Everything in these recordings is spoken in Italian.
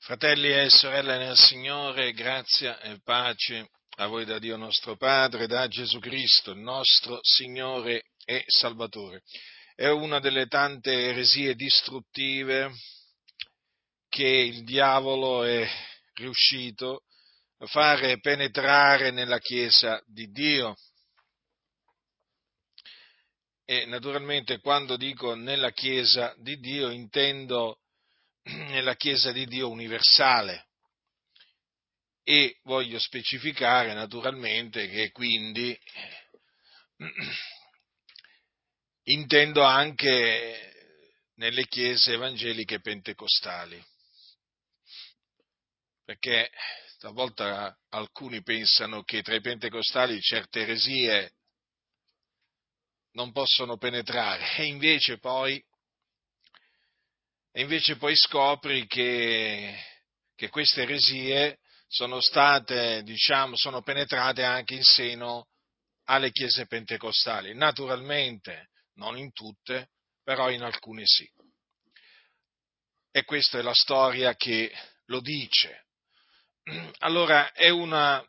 Fratelli e sorelle nel Signore, grazia e pace a voi da Dio nostro Padre, da Gesù Cristo, il nostro Signore e Salvatore. È una delle tante eresie distruttive che il diavolo è riuscito a fare penetrare nella Chiesa di Dio. E naturalmente quando dico nella Chiesa di Dio intendo nella Chiesa di Dio universale. E voglio specificare naturalmente che quindi intendo anche nelle chiese evangeliche pentecostali, perché talvolta alcuni pensano che tra i pentecostali certe eresie non possono penetrare e invece poi scopri che queste eresie sono state, sono penetrate anche in seno alle chiese pentecostali. Naturalmente, non in tutte, però in alcune sì. E questa è la storia che lo dice. Allora, è una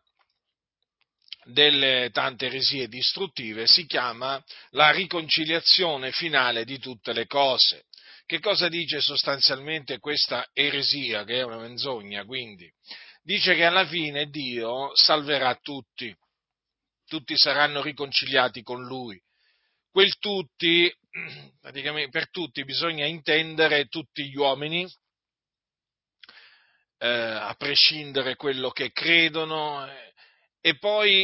delle tante eresie distruttive, si chiama la riconciliazione finale di tutte le cose. Che cosa dice sostanzialmente questa eresia, che è una menzogna, quindi? Dice che alla fine Dio salverà tutti saranno riconciliati con Lui. Quel tutti, praticamente per tutti bisogna intendere tutti gli uomini, a prescindere quello che credono, e poi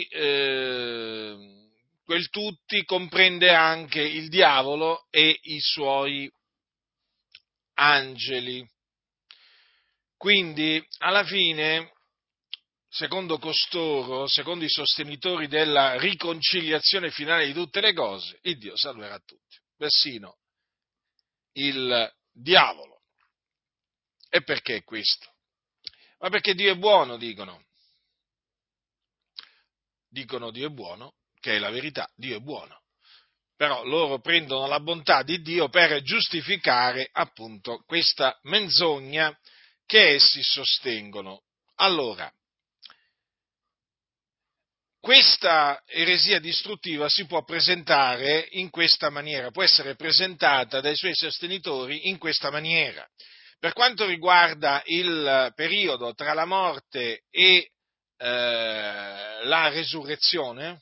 quel tutti comprende anche il diavolo e i suoi angeli. Quindi, alla fine, secondo costoro, secondo i sostenitori della riconciliazione finale di tutte le cose, il Dio salverà tutti, persino il diavolo. E perché questo? Ma perché Dio è buono, dicono. Dicono Dio è buono, che è la verità, Dio è buono. Però loro prendono la bontà di Dio per giustificare appunto questa menzogna che essi sostengono. Allora, questa eresia distruttiva si può presentare in questa maniera, può essere presentata dai suoi sostenitori in questa maniera. Per quanto riguarda il periodo tra la morte e la resurrezione,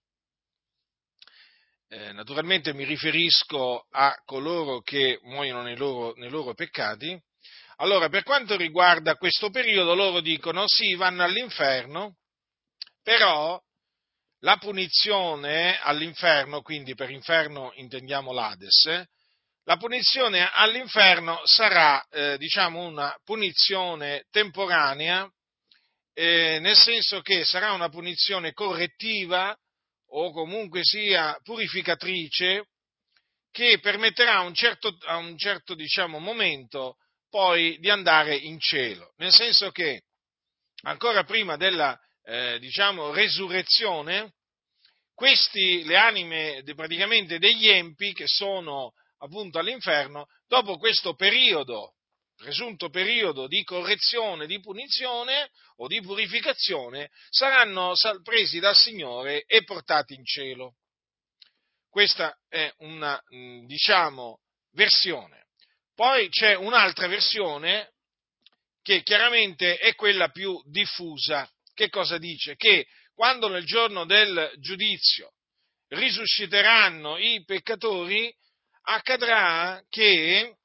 naturalmente mi riferisco a coloro che muoiono nei loro peccati. Allora, per quanto riguarda questo periodo, loro dicono sì, vanno all'inferno, però la punizione all'inferno, quindi per inferno intendiamo l'Ades, la punizione all'inferno sarà, una punizione temporanea, nel senso che sarà una punizione correttiva o comunque sia purificatrice, che permetterà a un certo momento poi di andare in cielo, nel senso che ancora prima della resurrezione, le anime praticamente degli empi che sono appunto all'inferno, dopo questo periodo, presunto periodo di correzione, di punizione o di purificazione, saranno presi dal Signore e portati in cielo. Questa è una, versione. Poi c'è un'altra versione che chiaramente è quella più diffusa. Che cosa dice? Che quando nel giorno del giudizio risusciteranno i peccatori, accadrà che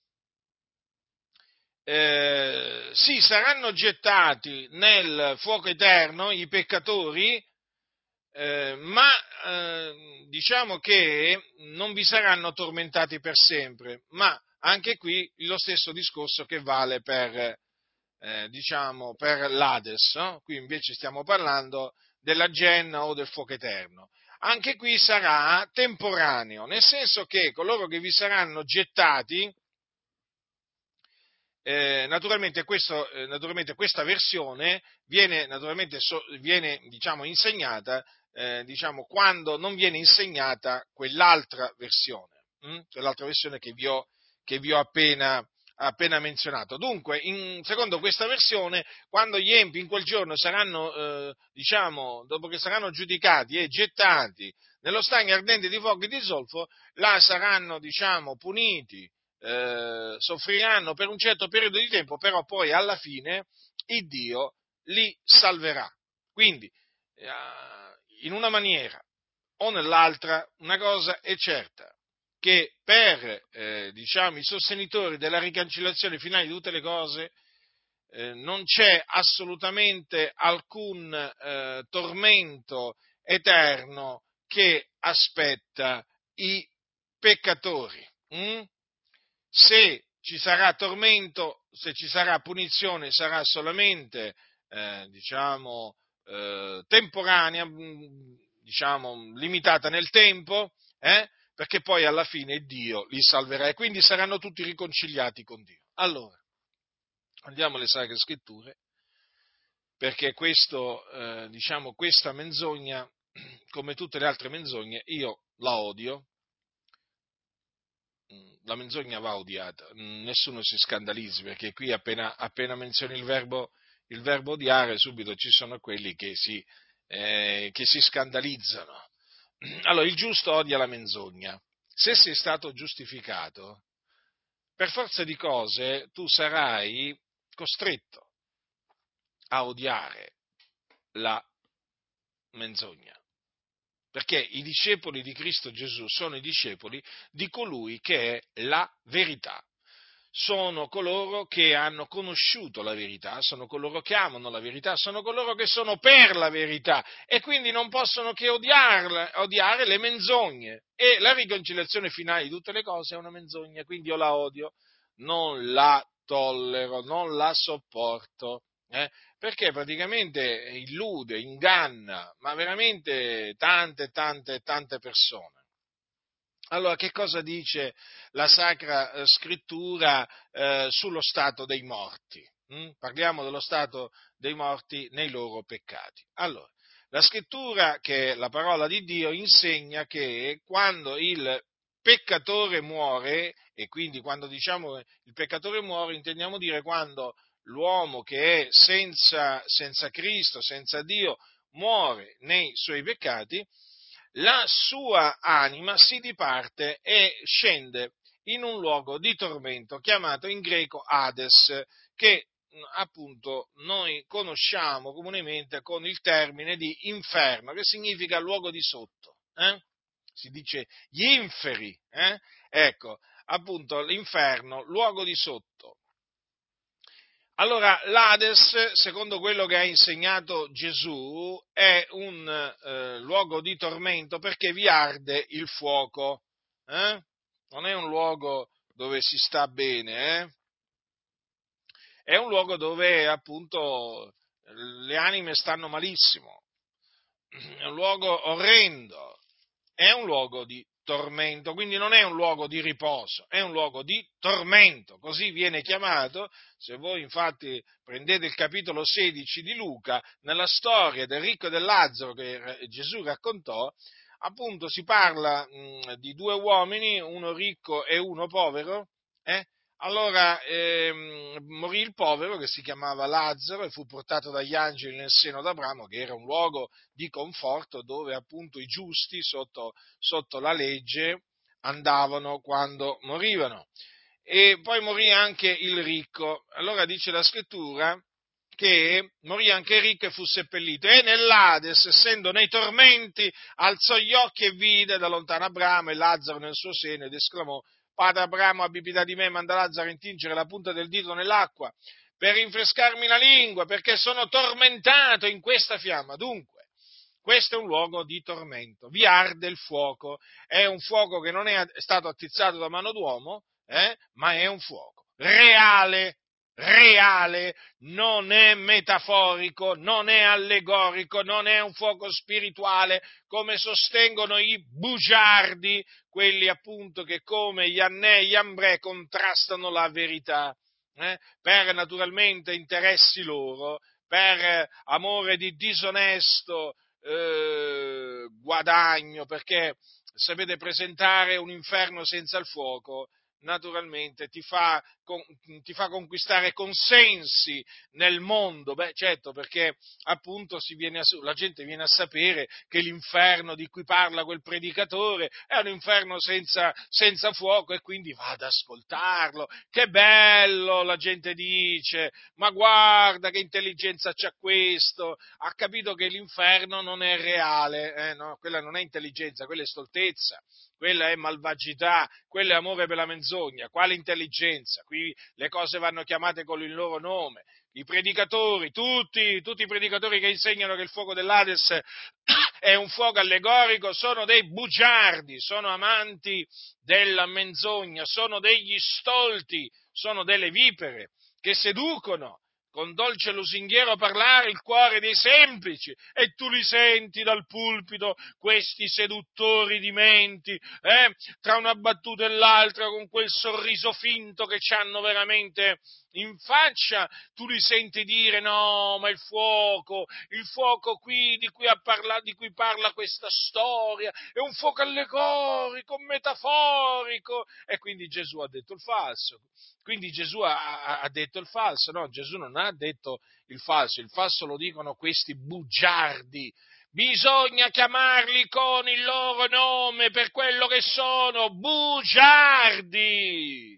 sì, saranno gettati nel fuoco eterno i peccatori, ma diciamo che non vi saranno tormentati per sempre, ma anche qui lo stesso discorso che vale per l'Ades, no? Qui invece stiamo parlando della Genna o del fuoco eterno. Anche qui sarà temporaneo, nel senso che coloro che vi saranno gettati, naturalmente questa versione viene insegnata quando non viene insegnata quell'altra versione che vi ho appena appena menzionato. Dunque, secondo questa versione, quando gli empi in quel giorno saranno, dopo che saranno giudicati e gettati nello stagno ardente di fuoco e di zolfo, là saranno, puniti, soffriranno per un certo periodo di tempo, però poi alla fine il Dio li salverà. Quindi, in una maniera o nell'altra, una cosa è certa, che per i sostenitori della ricancellazione finale di tutte le cose non c'è assolutamente alcun tormento eterno che aspetta i peccatori. Se ci sarà tormento, se ci sarà punizione, sarà solamente temporanea, limitata nel tempo, perché poi alla fine Dio li salverà e quindi saranno tutti riconciliati con Dio. Allora, andiamo alle Sacre Scritture, perché questa menzogna, come tutte le altre menzogne, io la odio. La menzogna va odiata, nessuno si scandalizzi, perché qui appena menzioni il verbo odiare, subito ci sono quelli che si scandalizzano. Allora, il giusto odia la menzogna. Se sei stato giustificato, per forza di cose tu sarai costretto a odiare la menzogna. Perché i discepoli di Cristo Gesù sono i discepoli di colui che è la verità. Sono coloro che hanno conosciuto la verità, sono coloro che amano la verità, sono coloro che sono per la verità e quindi non possono che odiare le menzogne. E la riconciliazione finale di tutte le cose è una menzogna, quindi io la odio, non la tollero, non la sopporto. Perché praticamente illude, inganna, ma veramente tante persone. Allora, che cosa dice la Sacra Scrittura sullo stato dei morti? Parliamo dello stato dei morti nei loro peccati. Allora, la Scrittura, che è la parola di Dio, insegna che quando il peccatore muore, e quindi quando diciamo il peccatore muore, intendiamo dire quando l'uomo che è senza Cristo, senza Dio, muore nei suoi peccati, la sua anima si diparte e scende in un luogo di tormento chiamato in greco Hades, che appunto noi conosciamo comunemente con il termine di inferno, che significa luogo di sotto. Si dice gli inferi, ecco, appunto l'inferno, luogo di sotto. Allora, l'Hades, secondo quello che ha insegnato Gesù, è un luogo di tormento perché vi arde il fuoco. Non è un luogo dove si sta bene, è un luogo dove appunto le anime stanno malissimo, è un luogo orrendo, è un luogo di tormento, quindi non è un luogo di riposo, è un luogo di tormento, così viene chiamato. Se voi infatti prendete il capitolo 16 di Luca, nella storia del ricco e del Lazzaro che Gesù raccontò, appunto si parla di due uomini, uno ricco e uno povero. Allora morì il povero, che si chiamava Lazzaro, e fu portato dagli angeli nel seno d'Abramo, che era un luogo di conforto dove appunto i giusti sotto la legge andavano quando morivano. E poi morì anche il ricco. Allora dice la scrittura che morì anche il ricco e fu seppellito, e nell'Ades, essendo nei tormenti, alzò gli occhi e vide da lontano Abramo e Lazzaro nel suo seno ed esclamò: Padre Abramo, abbi pietà di me, manda Lazzaro a intingere la punta del dito nell'acqua per rinfrescarmi la lingua, perché sono tormentato in questa fiamma. Dunque, questo è un luogo di tormento, vi arde il fuoco, è un fuoco che non è stato attizzato da mano d'uomo, ma è un fuoco reale, non è metaforico, non è allegorico, non è un fuoco spirituale, come sostengono i bugiardi, quelli appunto che come Iannè e Iambrè contrastano la verità, per naturalmente interessi loro, per amore di disonesto guadagno, perché sapete, presentare un inferno senza il fuoco naturalmente ti fa conquistare consensi nel mondo. Beh, certo, perché appunto la gente viene a sapere che l'inferno di cui parla quel predicatore è un inferno senza fuoco, e quindi va ad ascoltarlo. Che bello, la gente dice, ma guarda che intelligenza c'ha questo, ha capito che l'inferno non è reale, no? Quella non è intelligenza, quella è stoltezza, quella è malvagità, quello è amore per la menzogna. Quale intelligenza? Qui le cose vanno chiamate con il loro nome. I predicatori, tutti i predicatori che insegnano che il fuoco dell'Ades è un fuoco allegorico, sono dei bugiardi, sono amanti della menzogna, sono degli stolti, sono delle vipere che seducono con dolce lusinghiero parlare il cuore dei semplici, e tu li senti dal pulpito, questi seduttori di menti, tra una battuta e l'altra, con quel sorriso finto che c'hanno veramente in faccia, tu li senti dire: no, ma il fuoco qui di cui parla questa storia, è un fuoco allegorico, metaforico, e quindi Gesù ha detto il falso. Quindi Gesù ha detto il falso? No, Gesù non ha detto il falso lo dicono questi bugiardi. Bisogna chiamarli con il loro nome, per quello che sono: bugiardi.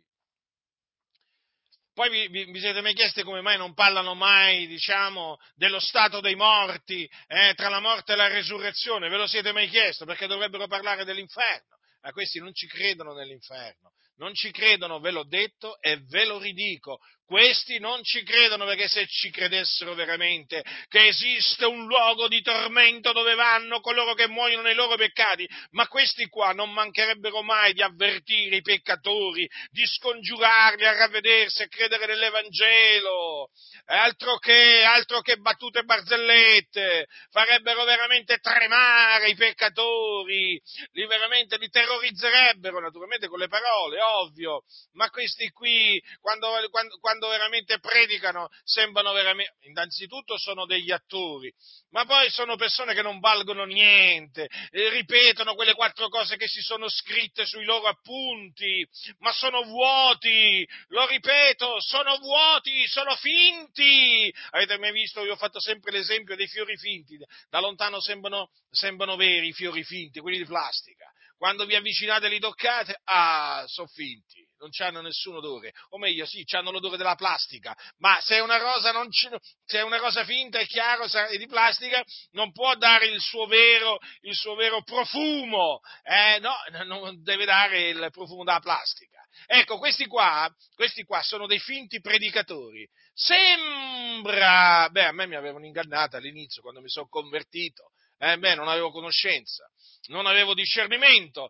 Poi vi siete mai chiesti come mai non parlano mai, dello stato dei morti, tra la morte e la resurrezione? Ve lo siete mai chiesto? Perché dovrebbero parlare dell'inferno. Ma questi non ci credono nell'inferno. Non ci credono, ve l'ho detto e ve lo ridico. Questi non ci credono, perché se ci credessero veramente che esiste un luogo di tormento dove vanno coloro che muoiono nei loro peccati, ma questi qua non mancherebbero mai di avvertire i peccatori, di scongiurarli a ravvedersi e credere nell'Evangelo. Altro che battute e barzellette, farebbero veramente tremare i peccatori, li terrorizzerebbero, naturalmente con le parole, ovvio, ma questi qui, quando veramente predicano, sembrano veramente, innanzitutto sono degli attori, ma poi sono persone che non valgono niente, ripetono quelle 4 cose che si sono scritte sui loro appunti, ma sono vuoti, lo ripeto, sono vuoti, sono finti. Avete mai visto? Io ho fatto sempre l'esempio dei fiori finti, da lontano sembrano veri i fiori finti, quelli di plastica. Quando vi avvicinate e li toccate, sono finti, non hanno nessun odore, o meglio, sì, hanno l'odore della plastica, ma se è una cosa finta, è chiaro, è di plastica, non può dare il suo vero profumo, no, non deve dare il profumo della plastica. Ecco, questi qua sono dei finti predicatori. Sembra, a me mi avevano ingannato all'inizio, quando mi sono convertito, non avevo conoscenza, non avevo discernimento,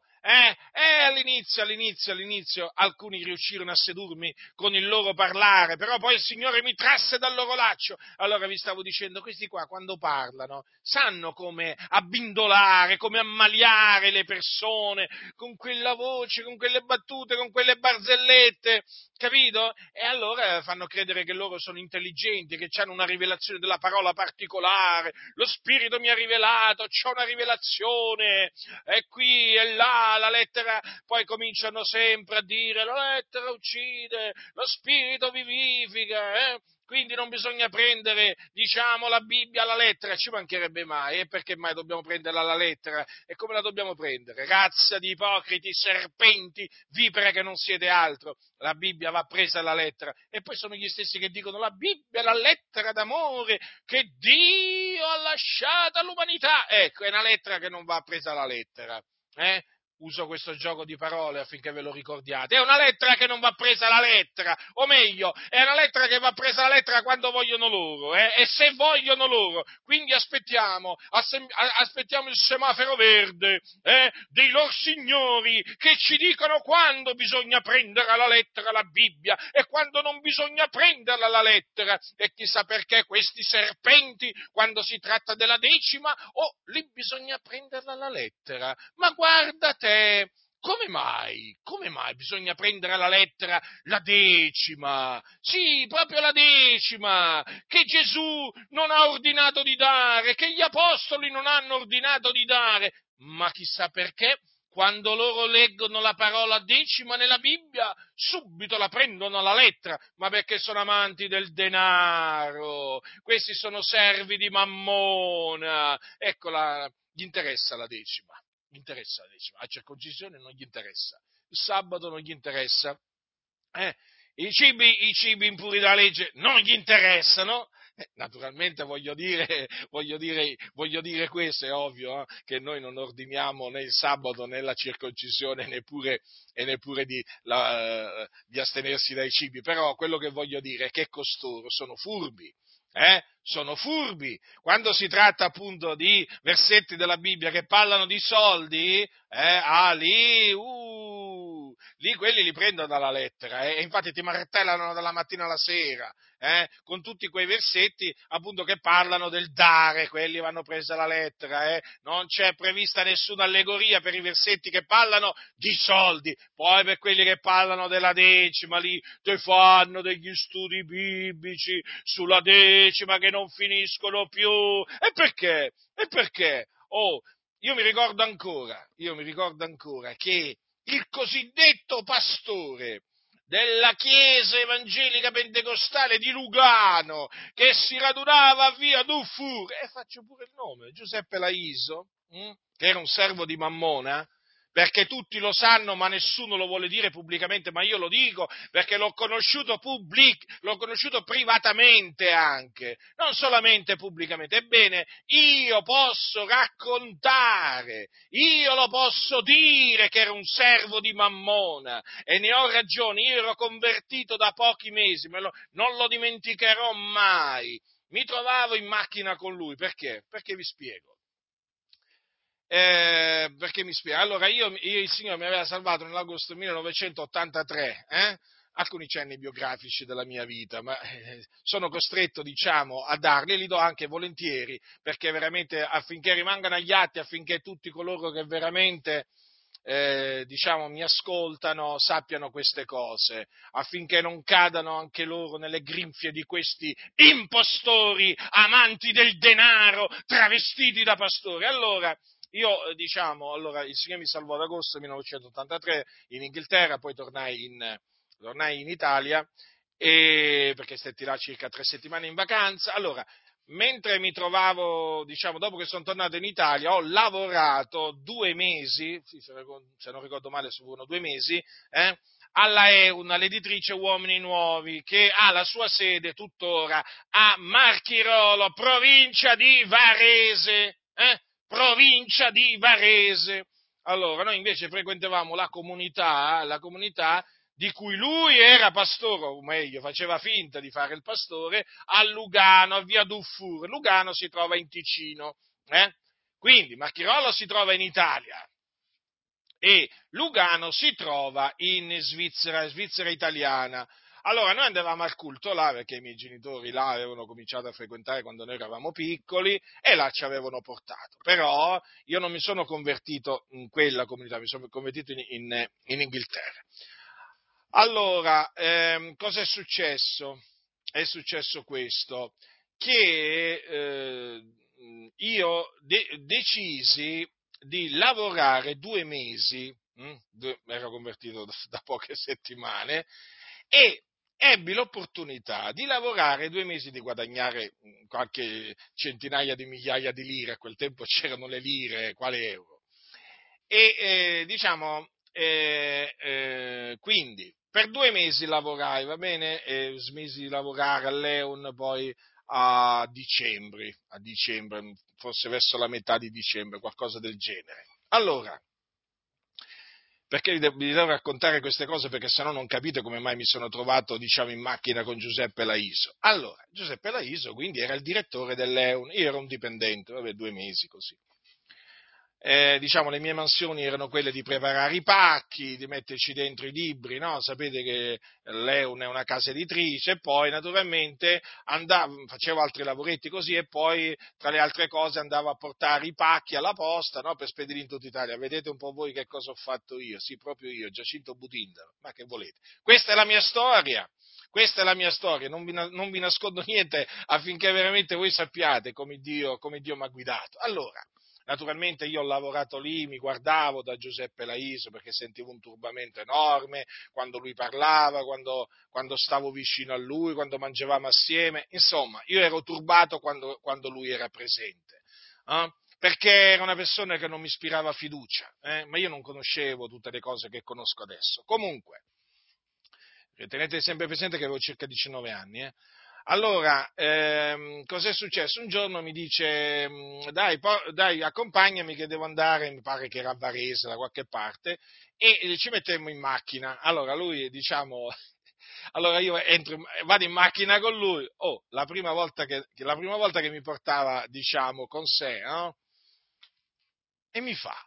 all'inizio alcuni riuscirono a sedurmi con il loro parlare, però poi il Signore mi trasse dal loro laccio. Allora vi stavo dicendo, questi qua quando parlano sanno come abbindolare, come ammaliare le persone, con quella voce, con quelle battute, con quelle barzellette, capito? E allora fanno credere che loro sono intelligenti, che hanno una rivelazione della parola particolare, lo Spirito mi ha rivelato, c'ho una rivelazione, e qui e là, la lettera, poi cominciano sempre a dire: la lettera uccide, lo Spirito vivifica, quindi non bisogna prendere, la Bibbia alla lettera, ci mancherebbe mai, e perché mai dobbiamo prenderla alla lettera? E come la dobbiamo prendere? Razza di ipocriti, serpenti, vipere che non siete altro, la Bibbia va presa alla lettera, e poi sono gli stessi che dicono: la Bibbia è la lettera d'amore che Dio ha lasciato all'umanità. Ecco, è una lettera che non va presa alla lettera, Uso questo gioco di parole affinché ve lo ricordiate. È una lettera che non va presa alla lettera, o meglio, è una lettera che va presa alla lettera quando vogliono loro, e se vogliono loro. Quindi aspettiamo il semaforo verde, dei loro signori che ci dicono quando bisogna prendere alla lettera la Bibbia e quando non bisogna prenderla alla lettera. E chissà perché questi serpenti, quando si tratta della decima, lì bisogna prenderla alla lettera. Ma guarda te, come mai? Come mai bisogna prendere alla lettera la decima? Sì, proprio la decima, che Gesù non ha ordinato di dare, che gli apostoli non hanno ordinato di dare. Ma chissà perché, quando loro leggono la parola decima nella Bibbia, subito la prendono alla lettera, ma perché sono amanti del denaro, questi sono servi di Mammona, eccola, gli interessa la decima, la circoncisione non gli interessa, il sabato non gli interessa, i cibi impuri dalla legge non gli interessano. Naturalmente voglio dire questo, è ovvio, che noi non ordiniamo né il sabato né la circoncisione neppure di astenersi dai cibi, però quello che voglio dire è che costoro sono furbi. Sono furbi. Quando si tratta appunto di versetti della Bibbia che parlano di soldi, lì quelli li prendono dalla lettera, e infatti ti martellano dalla mattina alla sera, con tutti quei versetti appunto che parlano del dare, quelli vanno presi alla lettera, non c'è prevista nessuna allegoria per i versetti che parlano di soldi, poi per quelli che parlano della decima, lì te fanno degli studi biblici sulla decima che non finiscono più, e perché? E perché? Oh, io mi ricordo ancora che il cosiddetto pastore della Chiesa Evangelica Pentecostale di Lugano, che si radunava a via Dufour, e faccio pure il nome, Giuseppe Laiso, che era un servo di Mammona, perché tutti lo sanno ma nessuno lo vuole dire pubblicamente, ma io lo dico perché l'ho conosciuto privatamente anche, non solamente pubblicamente. Ebbene, io posso raccontare, io lo posso dire che era un servo di Mammona, e ne ho ragione. Io ero convertito da pochi mesi, non lo dimenticherò mai. Mi trovavo in macchina con lui, perché? Perché vi spiego. Perché mi spiega? Allora, il Signore mi aveva salvato nell'agosto 1983, alcuni cenni biografici della mia vita, ma sono costretto, diciamo, a darli, e li do anche volentieri, perché veramente affinché rimangano agli atti, affinché tutti coloro che veramente diciamo, mi ascoltano sappiano queste cose, affinché non cadano anche loro nelle grinfie di questi impostori amanti del denaro travestiti da pastori. Allora, allora il Signore mi salvò ad agosto 1983 in Inghilterra, poi tornai in Italia, perché stetti là circa 3 settimane in vacanza. Allora, mentre mi trovavo, diciamo, dopo che sono tornato in Italia, ho lavorato 2 mesi, se non ricordo male, furono 2 mesi, alla EUN, l'editrice Uomini Nuovi, che ha la sua sede tuttora a Marchirolo, provincia di Varese, provincia di Varese. Allora, noi invece frequentavamo la comunità di cui lui era pastore, o meglio, faceva finta di fare il pastore, a Lugano, a via Dufour. Lugano si trova in Ticino, quindi Marchirolo si trova in Italia e Lugano si trova in Svizzera, Svizzera italiana. Allora, noi andavamo al culto là, perché i miei genitori là avevano cominciato a frequentare quando noi eravamo piccoli, e là ci avevano portato. Però io non mi sono convertito in quella comunità, mi sono convertito in Inghilterra. Allora, cosa è successo? È successo questo, che io decisi di lavorare 2 mesi, ero convertito da poche settimane, e ebbi l'opportunità di lavorare 2 mesi, di guadagnare qualche centinaia di migliaia di lire. A quel tempo c'erano le lire, quale euro. E diciamo, quindi per 2 mesi lavorai, va bene, e smisi di lavorare all'EUN poi a dicembre, forse verso la metà di dicembre, qualcosa del genere. Allora, perché vi devo raccontare queste cose? Perché sennò non capite come mai mi sono trovato, diciamo, in macchina con Giuseppe Laiso. Allora, Giuseppe Laiso quindi era il direttore dell'EUN, io ero un dipendente, vabbè, 2 mesi così. Diciamo, le mie mansioni erano quelle di preparare i pacchi, di metterci dentro i libri, no? Sapete che l'EUN è una casa editrice, e poi naturalmente facevo altri lavoretti così, e poi tra le altre cose andavo a portare i pacchi alla posta, no? Per spedirli in tutta Italia. Vedete un po' voi che cosa ho fatto io? Sì, proprio io, Giacinto Butindaro, ma che volete? Questa è la mia storia. Questa è la mia storia, non vi nascondo niente, affinché veramente voi sappiate come Dio mi ha guidato. Allora, Naturalmente io ho lavorato lì, mi guardavo da Giuseppe Laiso perché sentivo un turbamento enorme quando lui parlava, quando stavo vicino a lui, quando mangiavamo assieme, insomma, io ero turbato quando lui era presente. Perché era una persona che non mi ispirava fiducia, ma io non conoscevo tutte le cose che conosco adesso. Comunque, tenete sempre presente che avevo circa 19 anni. Allora, cos'è successo? Un giorno mi dice, dai, accompagnami che devo andare, mi pare che era a Varese, da qualche parte, e ci mettemmo in macchina. Allora lui, diciamo, allora io vado in macchina con lui, la prima volta che mi portava, diciamo, con sé, no? E mi fa,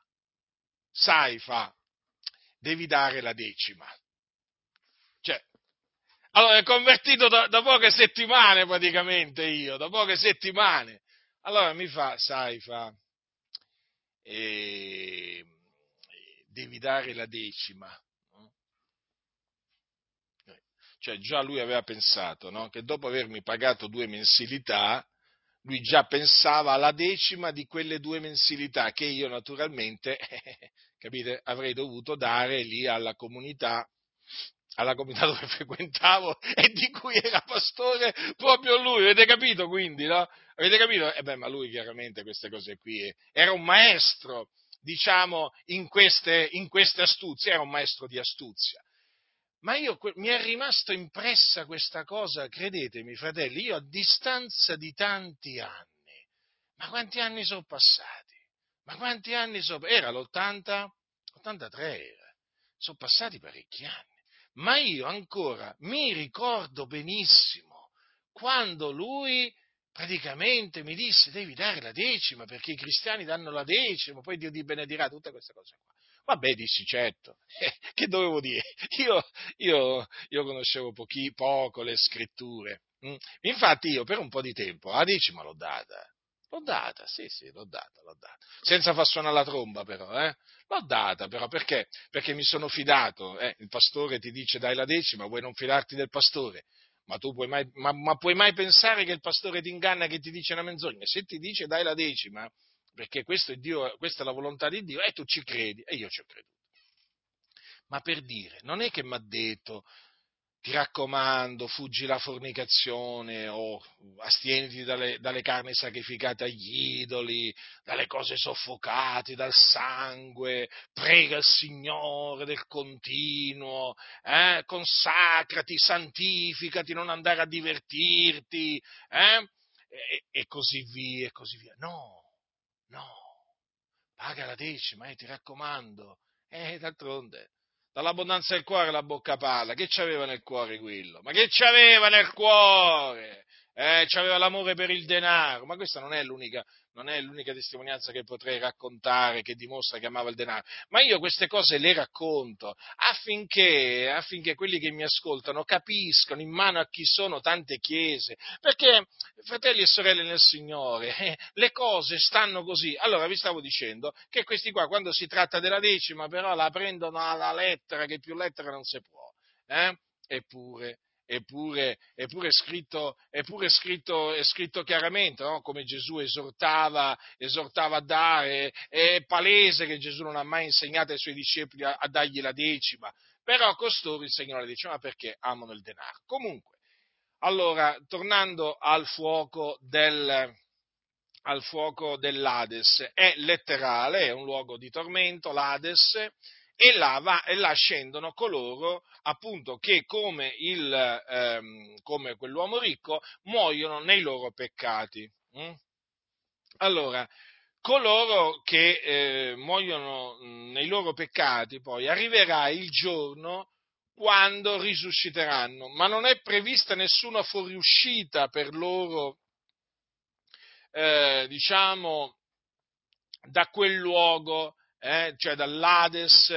devi dare la decima. Cioè, allora è convertito da poche settimane praticamente io, da poche settimane. Allora mi eh, devi dare la decima. No? Cioè già lui aveva pensato, no? Che dopo avermi pagato 2 mensilità, lui già pensava alla decima di quelle 2 mensilità che io naturalmente, capite, avrei dovuto dare lì alla comunità dove frequentavo e di cui era pastore proprio lui, avete capito quindi, no? Avete capito? Ma lui chiaramente queste cose qui era un maestro, diciamo, in queste astuzie, era un maestro di astuzia. Ma mi è rimasta impressa questa cosa, credetemi, fratelli, io a distanza di tanti anni, ma quanti anni sono passati? Ma quanti anni sono? Era l'80? 83 era. Sono passati parecchi anni. Ma io ancora mi ricordo benissimo quando lui praticamente mi disse devi dare la decima perché i cristiani danno la decima, poi Dio ti benedirà, tutte queste cose qua. Vabbè, dissi certo, che dovevo dire? Io conoscevo poco le scritture. Infatti io per un po' di tempo la decima l'ho data. L'ho data, sì, l'ho data. Senza far suonare la tromba però, L'ho data però perché? Perché mi sono fidato, il pastore ti dice dai la decima, vuoi non fidarti del pastore? Ma tu puoi mai pensare che il pastore ti inganna, che ti dice una menzogna? Se ti dice dai la decima, perché questo è Dio, questa è la volontà di Dio, e tu ci credi, e io ci ho creduto. Ma per dire, non è che mi ha detto, ti raccomando, fuggi la fornicazione o astieniti dalle carni sacrificate agli idoli, dalle cose soffocate, dal sangue, prega il Signore del continuo, consacrati, santificati, non andare a divertirti, e così via, e così via. No, no, paga la decima, ti raccomando, d'altronde. Dall'abbondanza del cuore la bocca parla. Che c'aveva nel cuore quello? Ma che c'aveva nel cuore? C'aveva l'amore per il denaro. Ma questa non è l'unica testimonianza che potrei raccontare che dimostra che amava il denaro. Ma io queste cose le racconto affinché quelli che mi ascoltano capiscano in mano a chi sono tante chiese. Perché, fratelli e sorelle nel Signore, le cose stanno così. Allora vi stavo dicendo che questi qua, quando si tratta della decima, però la prendono alla lettera, che più lettera non si può. Eppure, è scritto chiaramente, no? Come Gesù esortava a dare, è palese che Gesù non ha mai insegnato ai suoi discepoli a dargli la decima, però costoro insegnano la decima perché amano il denaro. Comunque, allora, tornando al fuoco dell'Ades, è letterale, è un luogo di tormento, l'Ades, e là scendono coloro appunto che come quell'uomo ricco muoiono nei loro peccati. Allora, coloro che muoiono nei loro peccati, poi arriverà il giorno quando risusciteranno, ma non è prevista nessuna fuoriuscita per loro, diciamo, da quel luogo, cioè dall'Ades,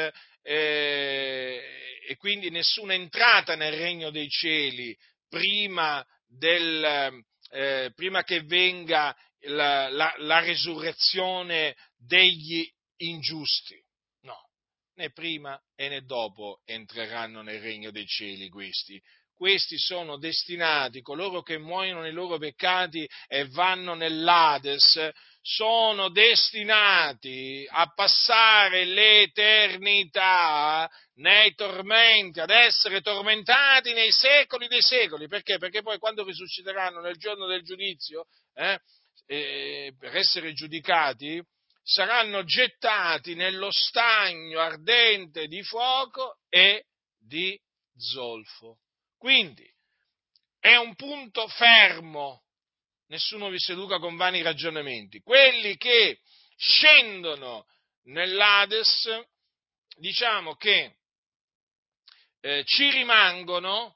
e quindi nessuna entrata nel regno dei cieli prima, prima che venga la resurrezione degli ingiusti. No, né prima e né dopo entreranno nel regno dei cieli questi. questi sono destinati, coloro che muoiono nei loro peccati e vanno nell'Ades, sono destinati a passare l'eternità nei tormenti, ad essere tormentati nei secoli dei secoli. Perché? Perché poi quando risusciteranno nel giorno del giudizio, per essere giudicati, saranno gettati nello stagno ardente di fuoco e di zolfo. Quindi è un punto fermo, nessuno vi seduca con vani ragionamenti. Quelli che scendono nell'Ades, diciamo che ci rimangono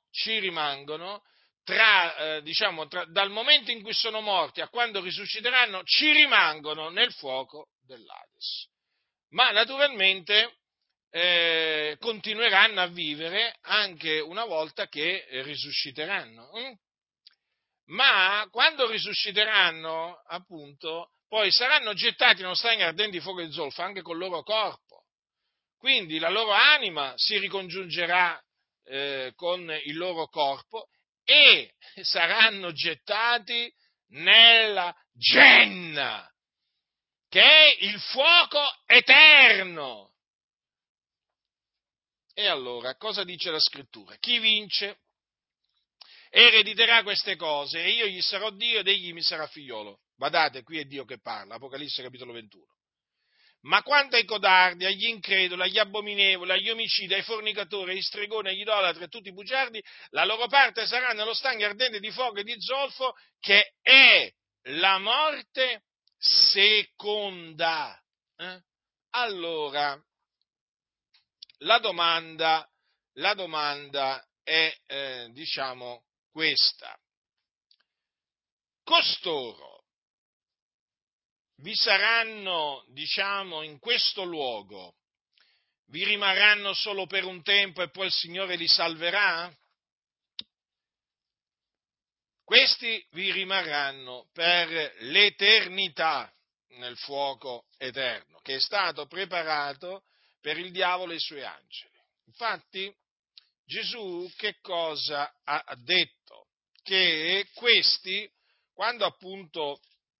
dal momento in cui sono morti a quando risusciteranno, ci rimangono nel fuoco dell'Ades. Ma naturalmente continueranno a vivere anche una volta che risusciteranno. Ma quando risusciteranno, appunto, poi saranno gettati nello stagno ardente di fuoco e zolfo anche col loro corpo. Quindi la loro anima si ricongiungerà con il loro corpo e saranno gettati nella Genna, che è il fuoco eterno. E allora, cosa dice la Scrittura? Chi vince erediterà queste cose e io gli sarò Dio ed egli mi sarà figliolo. Badate, qui è Dio che parla, Apocalisse capitolo 21. Ma quanto ai codardi, agli increduli, agli abominevoli, agli omicidi, ai fornicatori, agli stregoni, agli idolatri e tutti i bugiardi, la loro parte sarà nello stagno ardente di fuoco e di zolfo, che è la morte seconda. Allora, la domanda è, questa. Costoro vi saranno, in questo luogo, vi rimarranno solo per un tempo e poi il Signore li salverà? Questi vi rimarranno per l'eternità nel fuoco eterno, che è stato preparato per il diavolo e i suoi angeli. Infatti, Gesù che cosa ha detto? Che questi, quando appunto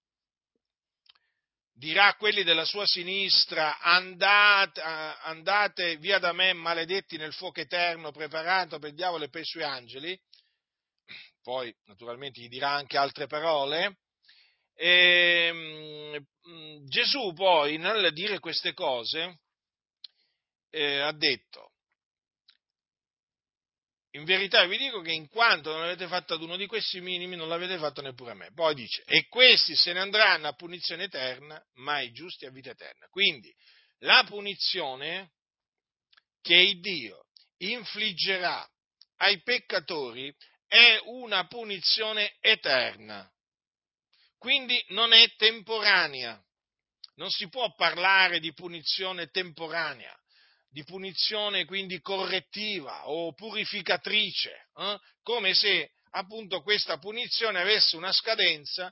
dirà a quelli della sua sinistra: andate via da me, maledetti, nel fuoco eterno preparato per il diavolo e per i suoi angeli. Poi naturalmente gli dirà anche altre parole. Gesù poi, nel dire queste cose, ha detto: in verità vi dico che in quanto non l'avete fatto ad uno di questi minimi, non l'avete fatto neppure a me. Poi dice: e questi se ne andranno a punizione eterna, ma i giusti a vita eterna. Quindi la punizione che Dio infliggerà ai peccatori è una punizione eterna. Quindi non è temporanea. Non si può parlare di punizione temporanea, di punizione quindi correttiva o purificatrice, come se appunto questa punizione avesse una scadenza,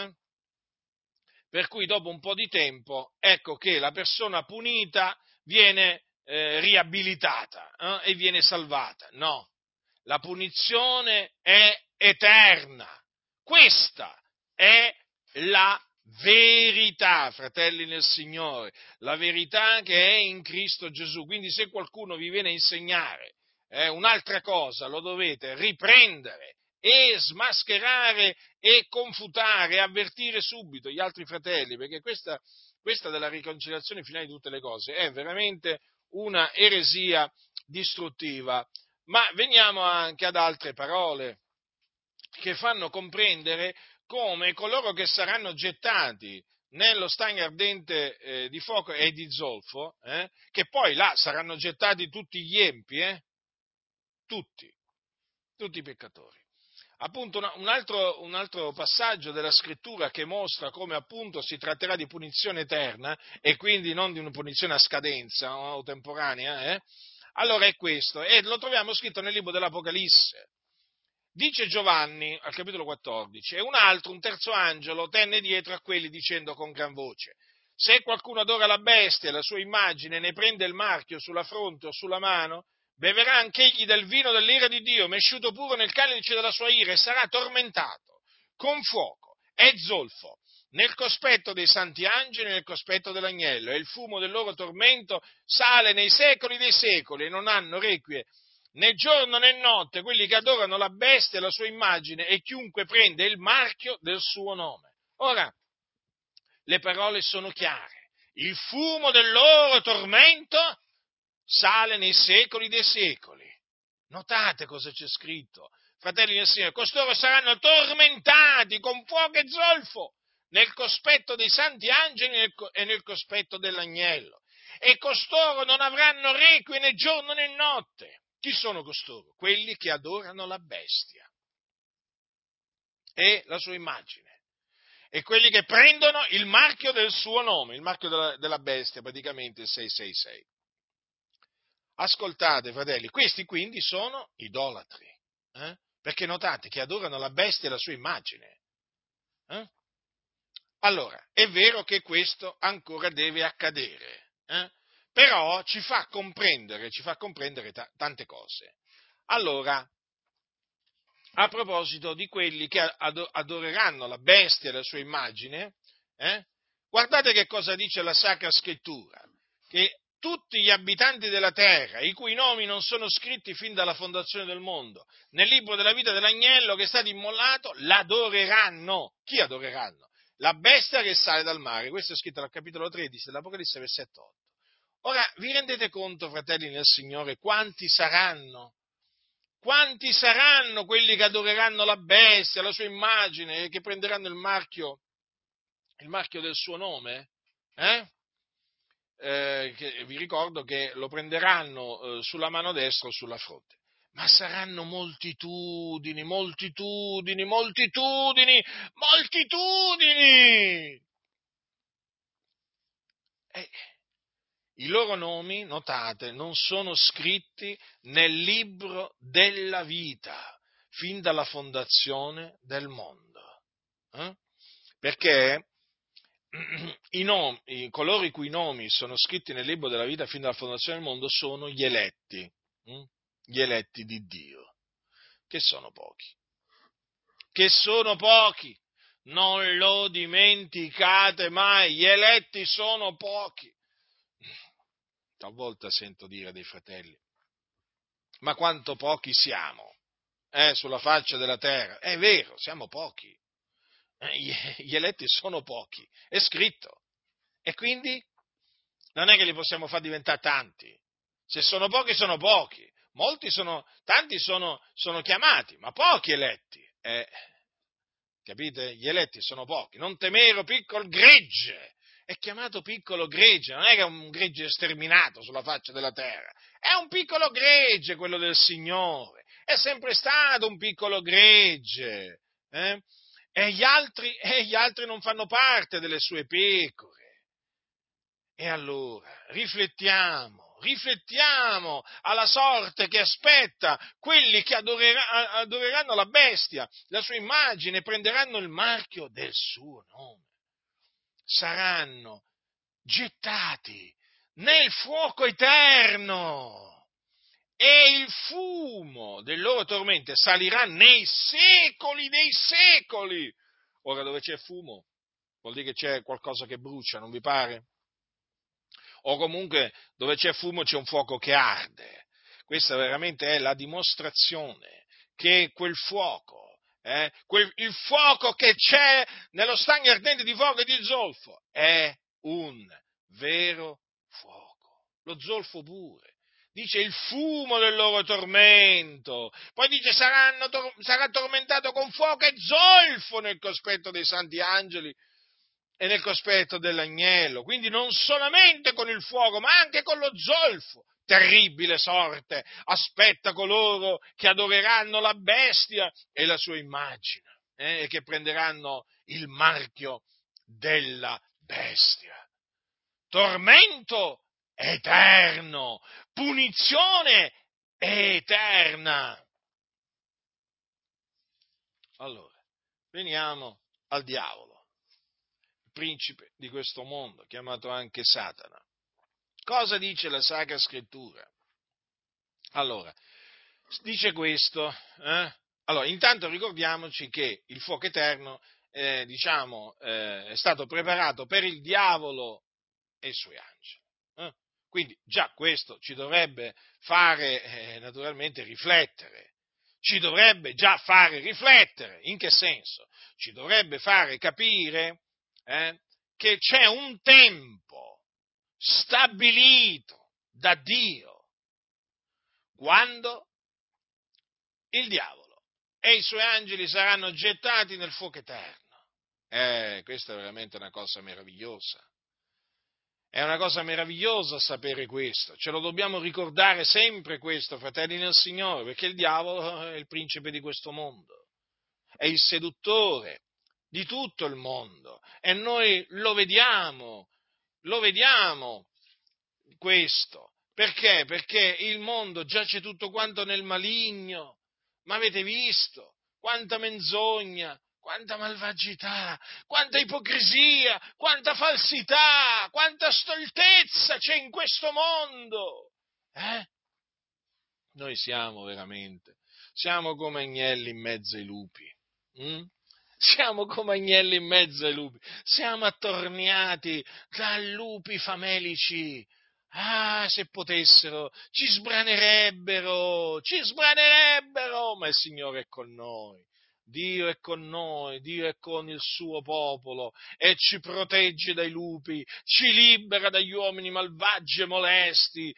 per cui dopo un po' di tempo ecco che la persona punita viene riabilitata e viene salvata. No, la punizione è eterna. Questa è la verità, fratelli nel Signore, la verità che è in Cristo Gesù. Quindi se qualcuno vi viene a insegnare un'altra cosa, lo dovete riprendere e smascherare e confutare e avvertire subito gli altri fratelli, perché questa della riconciliazione finale di tutte le cose è veramente una eresia distruttiva. Ma veniamo anche ad altre parole che fanno comprendere come coloro che saranno gettati nello stagno ardente di fuoco e di zolfo, che poi là saranno gettati tutti gli empi, tutti i peccatori. Appunto un altro passaggio della scrittura che mostra come appunto si tratterà di punizione eterna e quindi non di una punizione a scadenza o temporanea, allora è questo, e lo troviamo scritto nel libro dell'Apocalisse. Dice Giovanni al capitolo 14: e un terzo angelo tenne dietro a quelli dicendo con gran voce: se qualcuno adora la bestia e la sua immagine, ne prende il marchio sulla fronte o sulla mano, beverà anch'egli del vino dell'ira di Dio, mesciuto puro nel calice della sua ira, e sarà tormentato con fuoco e zolfo nel cospetto dei santi angeli e nel cospetto dell'agnello, e il fumo del loro tormento sale nei secoli dei secoli, e non hanno requie né giorno né notte quelli che adorano la bestia e la sua immagine, e chiunque prende il marchio del suo nome. Ora, le parole sono chiare. Il fumo del loro tormento sale nei secoli dei secoli. Notate cosa c'è scritto, fratelli del Signore, costoro saranno tormentati con fuoco e zolfo nel cospetto dei santi angeli e nel cospetto dell'agnello. E costoro non avranno requie né giorno né notte. Chi sono costoro? Quelli che adorano la bestia e la sua immagine. E quelli che prendono il marchio del suo nome, il marchio della bestia, praticamente il 666. Ascoltate, fratelli, questi quindi sono idolatri, perché notate che adorano la bestia e la sua immagine. Allora, è vero che questo ancora deve accadere, però ci fa comprendere tante cose. Allora, a proposito di quelli che adoreranno la bestia e la sua immagine, guardate che cosa dice la Sacra Scrittura, che tutti gli abitanti della terra, i cui nomi non sono scritti fin dalla fondazione del mondo, nel libro della vita dell'agnello che è stato immolato, l'adoreranno. Chi adoreranno? La bestia che sale dal mare. Questo è scritto al capitolo 13 dell'Apocalisse, versetto 8. Ora, vi rendete conto, fratelli nel Signore, quanti saranno? Quanti saranno quelli che adoreranno la bestia, la sua immagine, e che prenderanno il marchio del suo nome? Che vi ricordo che lo prenderanno sulla mano destra o sulla fronte. Ma saranno moltitudini, moltitudini, moltitudini, moltitudini! I loro nomi, notate, non sono scritti nel libro della vita, fin dalla fondazione del mondo. Perché coloro i cui nomi sono scritti nel libro della vita fin dalla fondazione del mondo sono gli eletti di Dio, che sono pochi, non lo dimenticate mai, gli eletti sono pochi. Talvolta sento dire dei fratelli, ma quanto pochi siamo sulla faccia della terra. È vero, siamo pochi, gli eletti sono pochi, è scritto, e quindi non è che li possiamo far diventare tanti. Se sono pochi, sono pochi, tanti sono chiamati, ma pochi eletti. Capite? Gli eletti sono pochi. Non temere, piccolo gregge. È chiamato piccolo gregge, non è che è un gregge sterminato sulla faccia della terra. È un piccolo gregge quello del Signore. È sempre stato un piccolo gregge. E gli altri non fanno parte delle sue pecore. E allora, riflettiamo alla sorte che aspetta quelli che adoreranno la bestia, la sua immagine, prenderanno il marchio del suo nome. Saranno gettati nel fuoco eterno e il fumo del loro tormento salirà nei secoli dei secoli. Ora, dove c'è fumo, vuol dire che c'è qualcosa che brucia, non vi pare? O comunque dove c'è fumo c'è un fuoco che arde. Questa veramente è la dimostrazione che quel fuoco, il fuoco che c'è nello stagno ardente di fuoco e di zolfo, è un vero fuoco. Lo zolfo pure. Dice il fumo del loro tormento, poi dice sarà tormentato con fuoco e zolfo nel cospetto dei santi angeli e nel cospetto dell'agnello, quindi non solamente con il fuoco, ma anche con lo zolfo. Terribile sorte aspetta coloro che adoreranno la bestia e la sua immagine, e che prenderanno il marchio della bestia. Tormento eterno, punizione eterna. Allora, veniamo al diavolo, principe di questo mondo, chiamato anche Satana. Cosa dice la Sacra Scrittura? Allora, dice questo, Allora, intanto ricordiamoci che il fuoco eterno, è stato preparato per il diavolo e i suoi angeli. Quindi già questo ci dovrebbe fare naturalmente riflettere. Ci dovrebbe già fare riflettere. In che senso? Ci dovrebbe fare capire che c'è un tempo stabilito da Dio quando il diavolo e i suoi angeli saranno gettati nel fuoco eterno. Questa è veramente una cosa meravigliosa. È una cosa meravigliosa sapere questo, ce lo dobbiamo ricordare sempre questo, fratelli nel Signore, perché il diavolo è il principe di questo mondo, è il seduttore di tutto il mondo e noi lo vediamo questo. Perché? Perché il mondo giace tutto quanto nel maligno, ma avete visto quanta menzogna, quanta malvagità, quanta ipocrisia, quanta falsità, quanta stoltezza c'è in questo mondo. Noi siamo come agnelli in mezzo ai lupi. Mm? Siamo come agnelli in mezzo ai lupi, siamo attorniati da lupi famelici. Ah, se potessero, ci sbranerebbero, ma il Signore è con noi. Dio è con noi, Dio è con il suo popolo e ci protegge dai lupi, ci libera dagli uomini malvagi e molesti,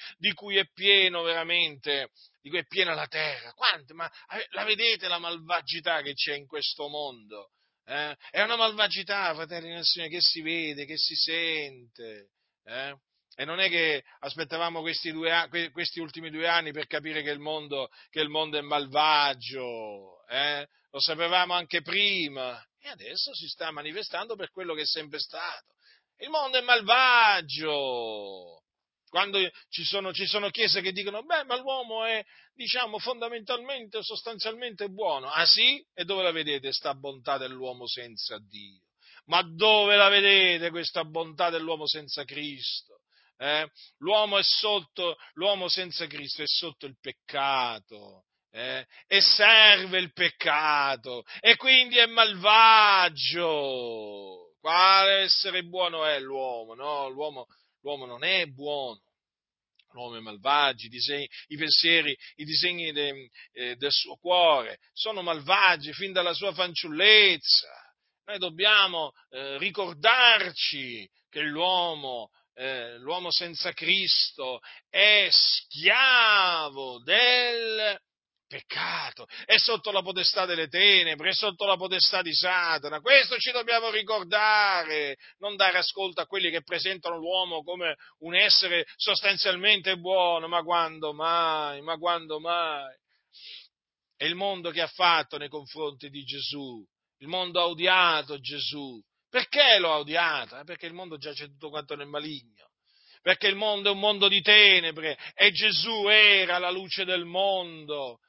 di cui è piena la terra. Ma la vedete la malvagità che c'è in questo mondo? È una malvagità, fratelli nel Signore, che si vede, che si sente. E non è che aspettavamo questi ultimi 2 anni per capire che il mondo è malvagio, lo sapevamo anche prima, e adesso si sta manifestando per quello che è sempre stato. Il mondo è malvagio. Quando ci sono chiese che dicono, ma l'uomo è, fondamentalmente, sostanzialmente buono. Ah sì? E dove la vedete sta bontà dell'uomo senza Dio? Ma dove la vedete questa bontà dell'uomo senza Cristo? L'uomo senza Cristo è sotto il peccato. E serve il peccato e quindi è malvagio. Quale essere buono è l'uomo? No, l'uomo non è buono. L'uomo è malvagio, i pensieri, i disegni del suo cuore sono malvagi fin dalla sua fanciullezza. Noi dobbiamo ricordarci che l'uomo senza Cristo è schiavo del peccato, è sotto la potestà delle tenebre, è sotto la potestà di Satana. Questo ci dobbiamo ricordare, non dare ascolto a quelli che presentano l'uomo come un essere sostanzialmente buono, ma quando mai, ma quando mai? È il mondo che ha fatto nei confronti di Gesù, il mondo ha odiato Gesù. Perché lo ha odiato? Perché il mondo giace tutto quanto nel maligno, perché il mondo è un mondo di tenebre e Gesù era la luce del mondo.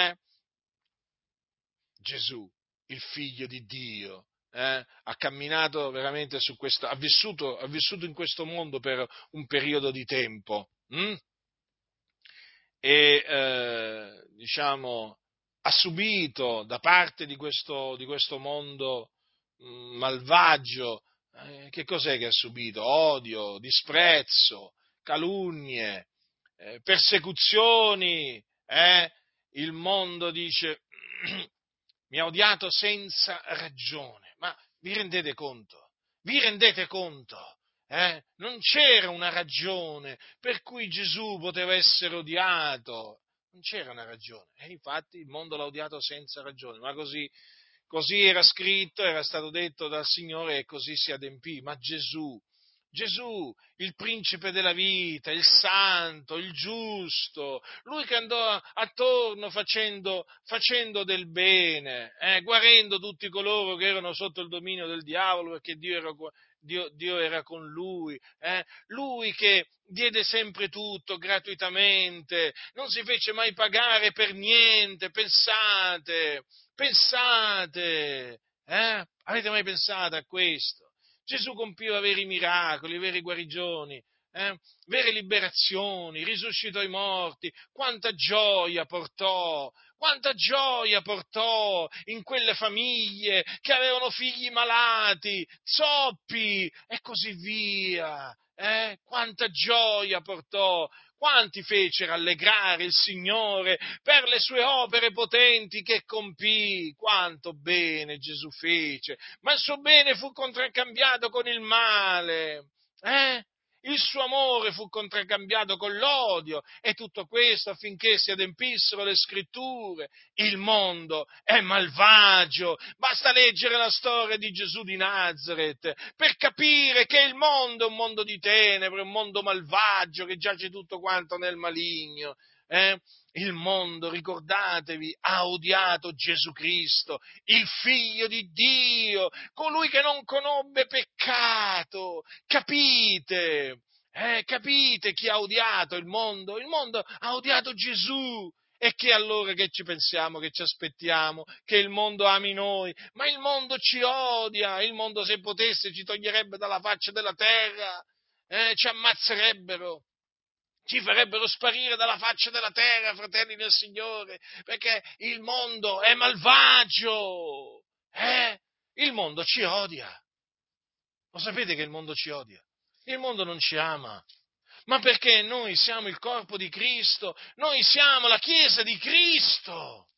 Gesù, il figlio di Dio, ha camminato veramente ha vissuto in questo mondo per un periodo di tempo, e ha subito da parte di questo mondo malvagio, che cos'è che ha subito? Odio, disprezzo, calunnie, persecuzioni, il mondo dice mi ha odiato senza ragione, ma vi rendete conto? Vi rendete conto? Non c'era una ragione per cui Gesù poteva essere odiato, non c'era una ragione, e infatti il mondo l'ha odiato senza ragione, ma così era scritto, era stato detto dal Signore e così si adempì, ma Gesù, il principe della vita, il santo, il giusto, lui che andò attorno facendo del bene, guarendo tutti coloro che erano sotto il dominio del diavolo perché Dio era con lui, lui che diede sempre tutto gratuitamente, non si fece mai pagare per niente, pensate, avete mai pensato a questo? Gesù compiva veri miracoli, veri guarigioni, vere liberazioni, risuscitò i morti, quanta gioia portò in quelle famiglie che avevano figli malati, zoppi e così via. Quanta gioia portò, quanti fece rallegrare il Signore per le sue opere potenti che compì, quanto bene Gesù fece, ma il suo bene fu contraccambiato con il male, Il suo amore fu contraccambiato con l'odio e tutto questo affinché si adempissero le scritture. Il mondo è malvagio, basta leggere la storia di Gesù di Nazaret per capire che il mondo è un mondo di tenebre, un mondo malvagio che giace tutto quanto nel maligno. Il mondo, ricordatevi, ha odiato Gesù Cristo, il Figlio di Dio, colui che non conobbe peccato. Capite? Capite chi ha odiato il mondo? Il mondo ha odiato Gesù. E che allora che ci pensiamo, che ci aspettiamo? Che il mondo ami noi? Ma il mondo ci odia, il mondo se potesse ci toglierebbe dalla faccia della terra, ci ammazzerebbero. Ci farebbero sparire dalla faccia della terra, fratelli del Signore, perché il mondo è malvagio, Il mondo ci odia. Lo sapete che il mondo ci odia? Il mondo non ci ama. Ma perché noi siamo il corpo di Cristo, noi siamo la Chiesa di Cristo.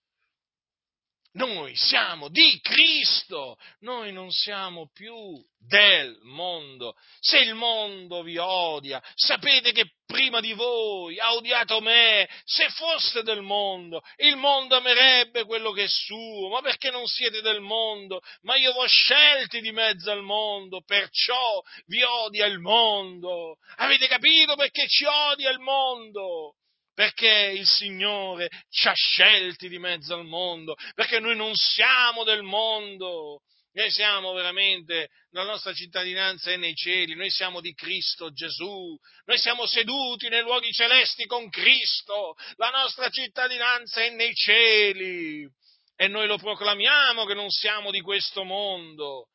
Noi siamo di Cristo, noi non siamo più del mondo. Se il mondo vi odia, sapete che prima di voi ha odiato me. Se foste del mondo, il mondo amerebbe quello che è suo, ma perché non siete del mondo? Ma io vi ho scelti di mezzo al mondo, perciò vi odia il mondo. Avete capito perché ci odia il mondo? Perché il Signore ci ha scelti di mezzo al mondo, perché noi non siamo del mondo, noi siamo veramente, la nostra cittadinanza è nei cieli, noi siamo di Cristo Gesù, noi siamo seduti nei luoghi celesti con Cristo, la nostra cittadinanza è nei cieli e noi lo proclamiamo che non siamo di questo mondo,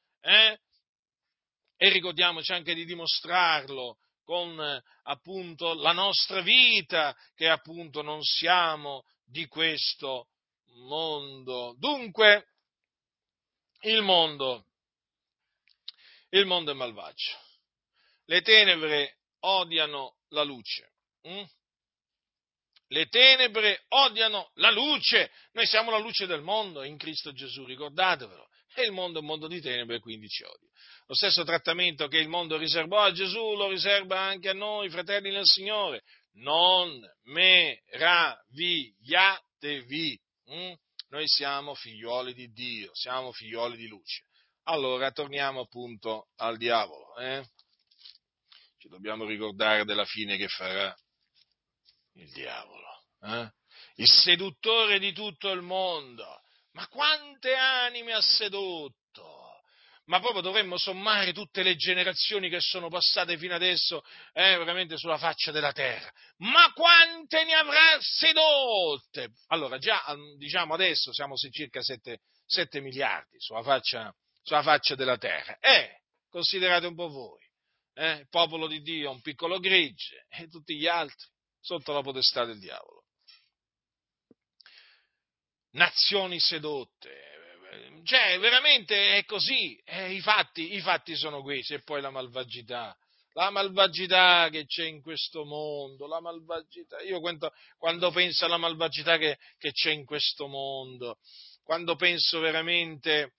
E ricordiamoci anche di dimostrarlo con appunto la nostra vita, che appunto non siamo di questo mondo. Dunque, il mondo, il mondo è malvagio. Le tenebre odiano la luce. Le tenebre odiano la luce. Noi siamo la luce del mondo in Cristo Gesù, ricordatevelo. E il mondo è un mondo di tenebre, quindi ci odia. Lo stesso trattamento che il mondo riservò a Gesù lo riserva anche a noi, fratelli nel Signore. Non meravigliatevi. Noi siamo figlioli di Dio, siamo figlioli di luce. Allora, torniamo appunto al diavolo. Ci dobbiamo ricordare della fine che farà il diavolo, il seduttore di tutto il mondo. Ma quante anime ha sedotto? Ma proprio dovremmo sommare tutte le generazioni che sono passate fino adesso, veramente sulla faccia della terra. Ma quante ne avrà sedotte? Allora, già, diciamo adesso siamo su circa 7 miliardi sulla faccia della terra. Considerate un po' voi, il popolo di Dio, un piccolo gregge, e tutti gli altri sotto la potestà del diavolo. Nazioni sedotte, cioè veramente è così, i fatti sono questi, e poi la malvagità che c'è in questo mondo, la malvagità, io quando penso alla malvagità che c'è in questo mondo, quando penso veramente,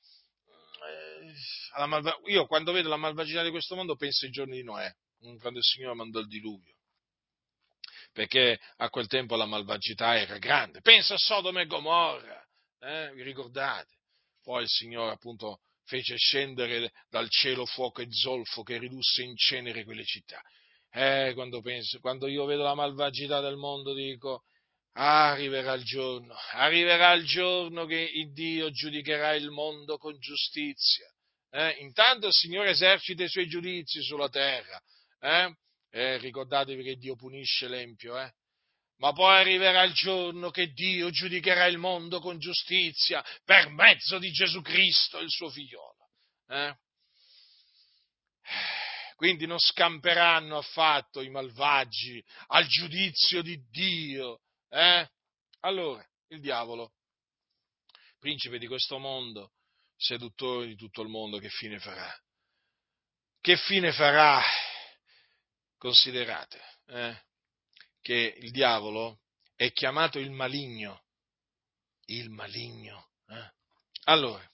io quando vedo la malvagità di questo mondo penso ai giorni di Noè, quando il Signore mandò il diluvio, perché a quel tempo la malvagità era grande. Pensa a Sodoma e Gomorra, vi ricordate? Poi il Signore appunto fece scendere dal cielo fuoco e zolfo che ridusse in cenere quelle città. Quando io vedo la malvagità del mondo dico, arriverà il giorno che il Dio giudicherà il mondo con giustizia. Intanto il Signore esercita i suoi giudizi sulla terra, ricordatevi che Dio punisce l'empio, ma poi arriverà il giorno che Dio giudicherà il mondo con giustizia per mezzo di Gesù Cristo, il suo figliolo. Quindi non scamperanno affatto i malvagi al giudizio di Dio. Allora, il diavolo, principe di questo mondo, seduttore di tutto il mondo, che fine farà? Che fine farà? Considerate che il diavolo è chiamato il maligno. Il maligno. Allora,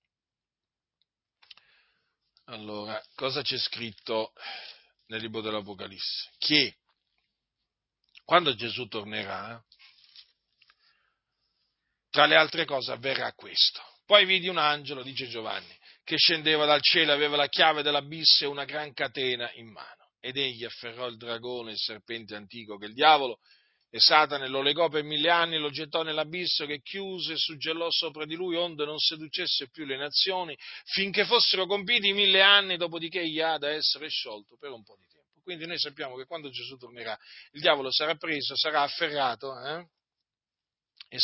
cosa c'è scritto nel libro dell'Apocalisse? Che quando Gesù tornerà, tra le altre cose avverrà questo. Poi vidi un angelo, dice Giovanni, che scendeva dal cielo, aveva la chiave dell'abisso e una gran catena in mano. Ed egli afferrò il dragone, il serpente antico, che è il diavolo, e Satana, e lo legò per 1000 anni, lo gettò nell'abisso, che chiuse e suggellò sopra di lui, onde non seducesse più le nazioni, finché fossero compiti 1000 anni, dopodiché egli ha da essere sciolto per un po' di tempo. Quindi noi sappiamo che quando Gesù tornerà, il diavolo sarà preso, sarà afferrato, e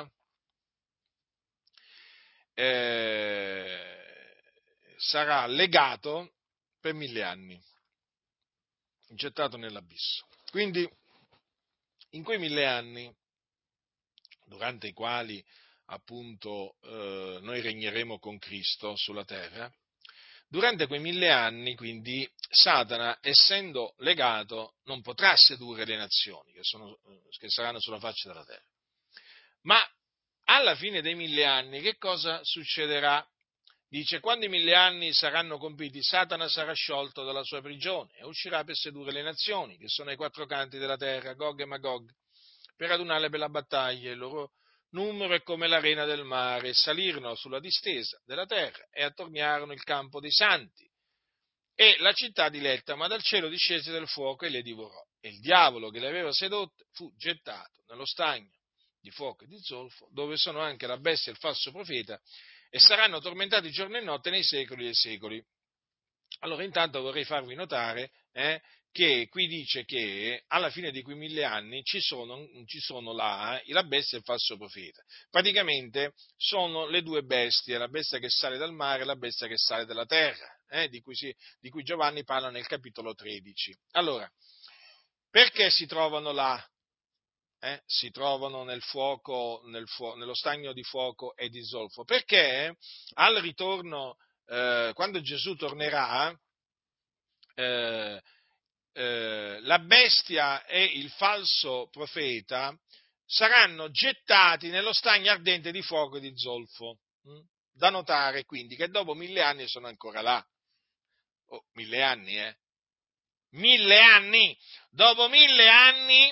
sarà legato per 1000 anni, gettato nell'abisso. Quindi, in quei 1000 anni, durante i quali appunto noi regneremo con Cristo sulla terra, durante quei 1000 anni, quindi, Satana, essendo legato, non potrà sedurre le nazioni che saranno sulla faccia della terra. Ma alla fine dei 1000 anni, che cosa succederà? Dice, quando i 1000 anni saranno compiti, Satana sarà sciolto dalla sua prigione e uscirà per sedurre le nazioni, che sono ai 4 canti della terra, Gog e Magog, per adunarle per la battaglia. Il loro numero è come l'arena del mare. Salirono sulla distesa della terra e attorniarono il campo dei santi e la città diletta, ma dal cielo discese del fuoco e le divorò. E il diavolo che le aveva sedotte fu gettato nello stagno di fuoco e di zolfo, dove sono anche la bestia e il falso profeta, e saranno tormentati giorno e notte nei secoli dei secoli. Allora, intanto vorrei farvi notare che qui dice che alla fine di quei 1000 anni ci sono là la bestia e il falso profeta. Praticamente sono le due bestie, la bestia che sale dal mare e la bestia che sale dalla terra, di cui Giovanni parla nel capitolo 13. Allora, perché si trovano là? Si trovano nel fuoco, nello stagno di fuoco e di zolfo? Perché al ritorno, quando Gesù tornerà, eh, la bestia e il falso profeta saranno gettati nello stagno ardente di fuoco e di zolfo. Da notare quindi che dopo 1000 anni sono ancora là. 1000 anni, 1000 anni! Dopo 1000 anni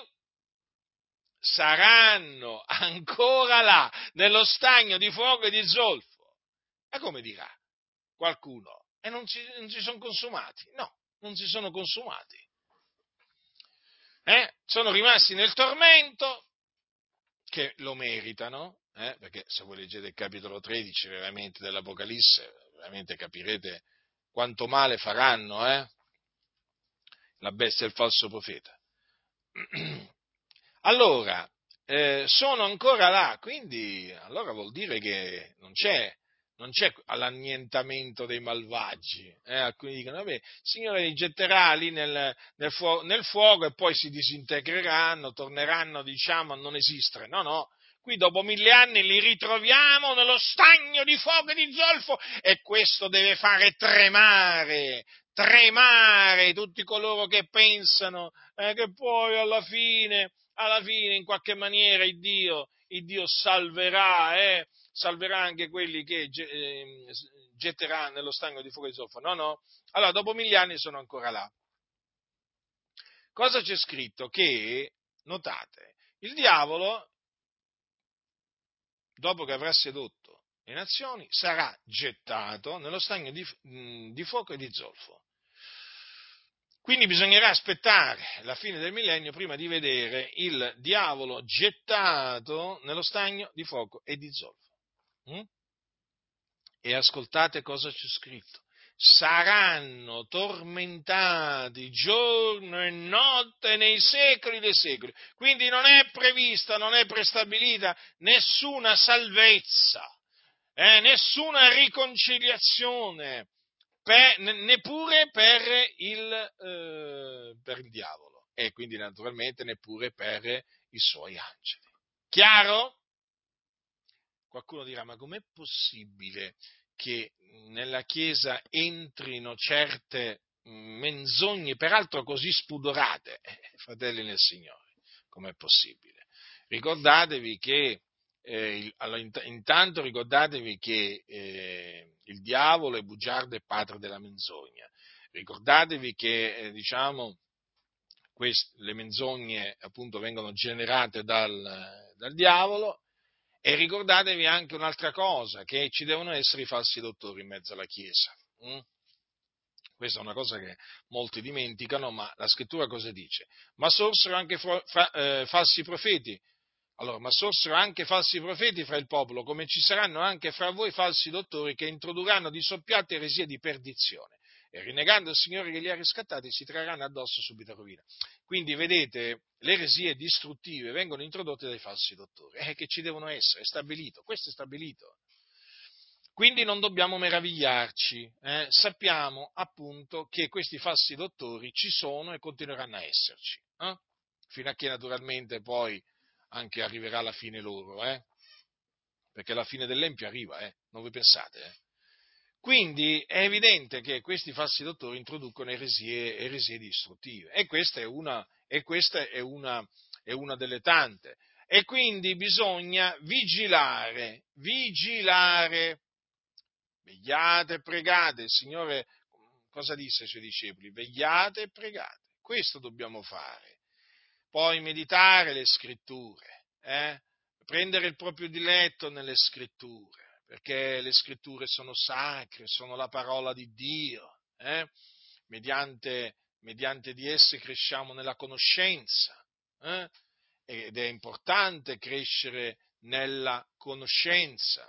saranno ancora là, nello stagno di fuoco e di zolfo. E come dirà qualcuno? E non si sono consumati? No, non si sono consumati. Sono rimasti nel tormento, che lo meritano, perché se voi leggete il capitolo 13 veramente dell'Apocalisse, veramente capirete quanto male faranno, la bestia e il falso profeta. Allora, sono ancora là, quindi allora vuol dire che non c'è l'annientamento dei malvagi. Alcuni dicono, vabbè, il Signore li getterà lì nel fuoco e poi si disintegreranno, torneranno, diciamo, a non esistere. No, qui dopo 1000 anni li ritroviamo nello stagno di fuoco e di zolfo e questo deve fare tremare tutti coloro che pensano che poi alla fine in qualche maniera il Dio salverà anche quelli che getterà nello stagno di fuoco e di zolfo. No. Allora, dopo 1000 anni sono ancora là. Cosa c'è scritto? Che, notate, il diavolo, dopo che avrà sedotto le nazioni, sarà gettato nello stagno di fuoco e di zolfo. Quindi bisognerà aspettare la fine del millennio prima di vedere il diavolo gettato nello stagno di fuoco e di zolfo. E ascoltate cosa c'è scritto. Saranno tormentati giorno e notte nei secoli dei secoli. Quindi non è prevista, non è prestabilita nessuna salvezza, nessuna riconciliazione neppure per il diavolo, e quindi naturalmente neppure per i suoi angeli. Chiaro? Qualcuno dirà, ma com'è possibile che nella Chiesa entrino certe menzogne, peraltro così spudorate? Fratelli nel Signore, com'è possibile? Ricordatevi che, allora, intanto ricordatevi che il diavolo è bugiardo e padre della menzogna. Ricordatevi che, le menzogne appunto vengono generate dal diavolo. E ricordatevi anche un'altra cosa, che ci devono essere i falsi dottori in mezzo alla Chiesa. Questa è una cosa che molti dimenticano, ma la Scrittura cosa dice? Ma sorsero anche falsi profeti. Allora, ma sorsero anche falsi profeti fra il popolo, come ci saranno anche fra voi falsi dottori che introdurranno di soppiatto eresie di perdizione. E rinnegando il Signore che li ha riscattati, si trarranno addosso subita rovina. Quindi, vedete, le eresie distruttive vengono introdotte dai falsi dottori, che ci devono essere, è stabilito, questo è stabilito. Quindi non dobbiamo meravigliarci, sappiamo appunto che questi falsi dottori ci sono e continueranno a esserci, fino a che naturalmente poi anche arriverà la fine loro, perché la fine dell'empio arriva, non vi pensate, Quindi è evidente che questi falsi dottori introducono eresie distruttive, e questa è una delle tante. E quindi bisogna vigilare, vegliate e pregate. Il Signore cosa disse ai Suoi discepoli? Vegliate e pregate. Questo dobbiamo fare. Poi meditare le Scritture, prendere il proprio diletto nelle Scritture, perché le Scritture sono sacre, sono la parola di Dio, mediante di esse cresciamo nella conoscenza, ed è importante crescere nella conoscenza,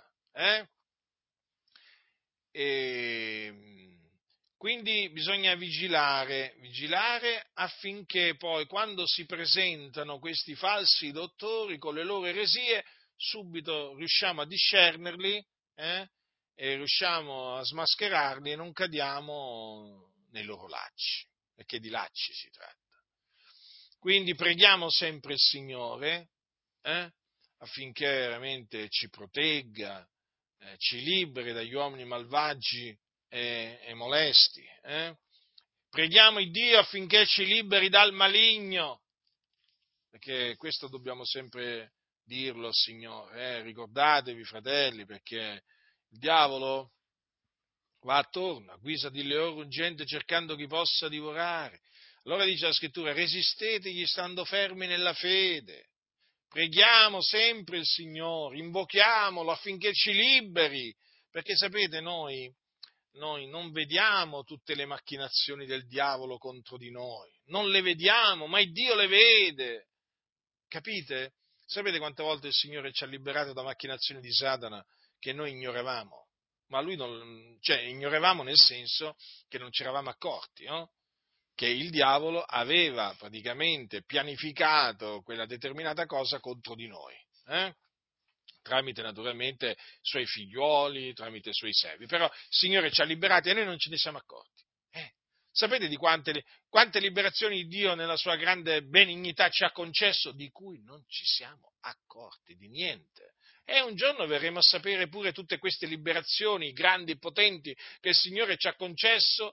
E quindi bisogna vigilare affinché poi, quando si presentano questi falsi dottori con le loro eresie, subito riusciamo a discernerli, e riusciamo a smascherarli e non cadiamo nei loro lacci, perché di lacci si tratta. Quindi preghiamo sempre il Signore, affinché veramente ci protegga, ci liberi dagli uomini malvagi e molesti. Preghiamo il Dio affinché ci liberi dal maligno, perché questo dobbiamo sempre dirlo al Signore. Ricordatevi, fratelli, perché il diavolo va attorno, a guisa di leone ruggente, cercando chi possa divorare. Allora dice la Scrittura: resistetegli stando fermi nella fede. Preghiamo sempre il Signore, invochiamolo affinché ci liberi, perché sapete, noi non vediamo tutte le macchinazioni del diavolo contro di noi, non le vediamo, ma il Dio le vede, capite? Sapete quante volte il Signore ci ha liberato da macchinazioni di Satana che noi ignoravamo? Ma ignoravamo nel senso che non ci eravamo accorti, no? Che il diavolo aveva praticamente pianificato quella determinata cosa contro di noi, tramite naturalmente suoi figliuoli, tramite i suoi servi. Però il Signore ci ha liberati e noi non ce ne siamo accorti. Sapete di quante liberazioni Dio nella sua grande benignità ci ha concesso, di cui non ci siamo accorti di niente? E un giorno verremo a sapere pure tutte queste liberazioni grandi e potenti che il Signore ci ha concesso,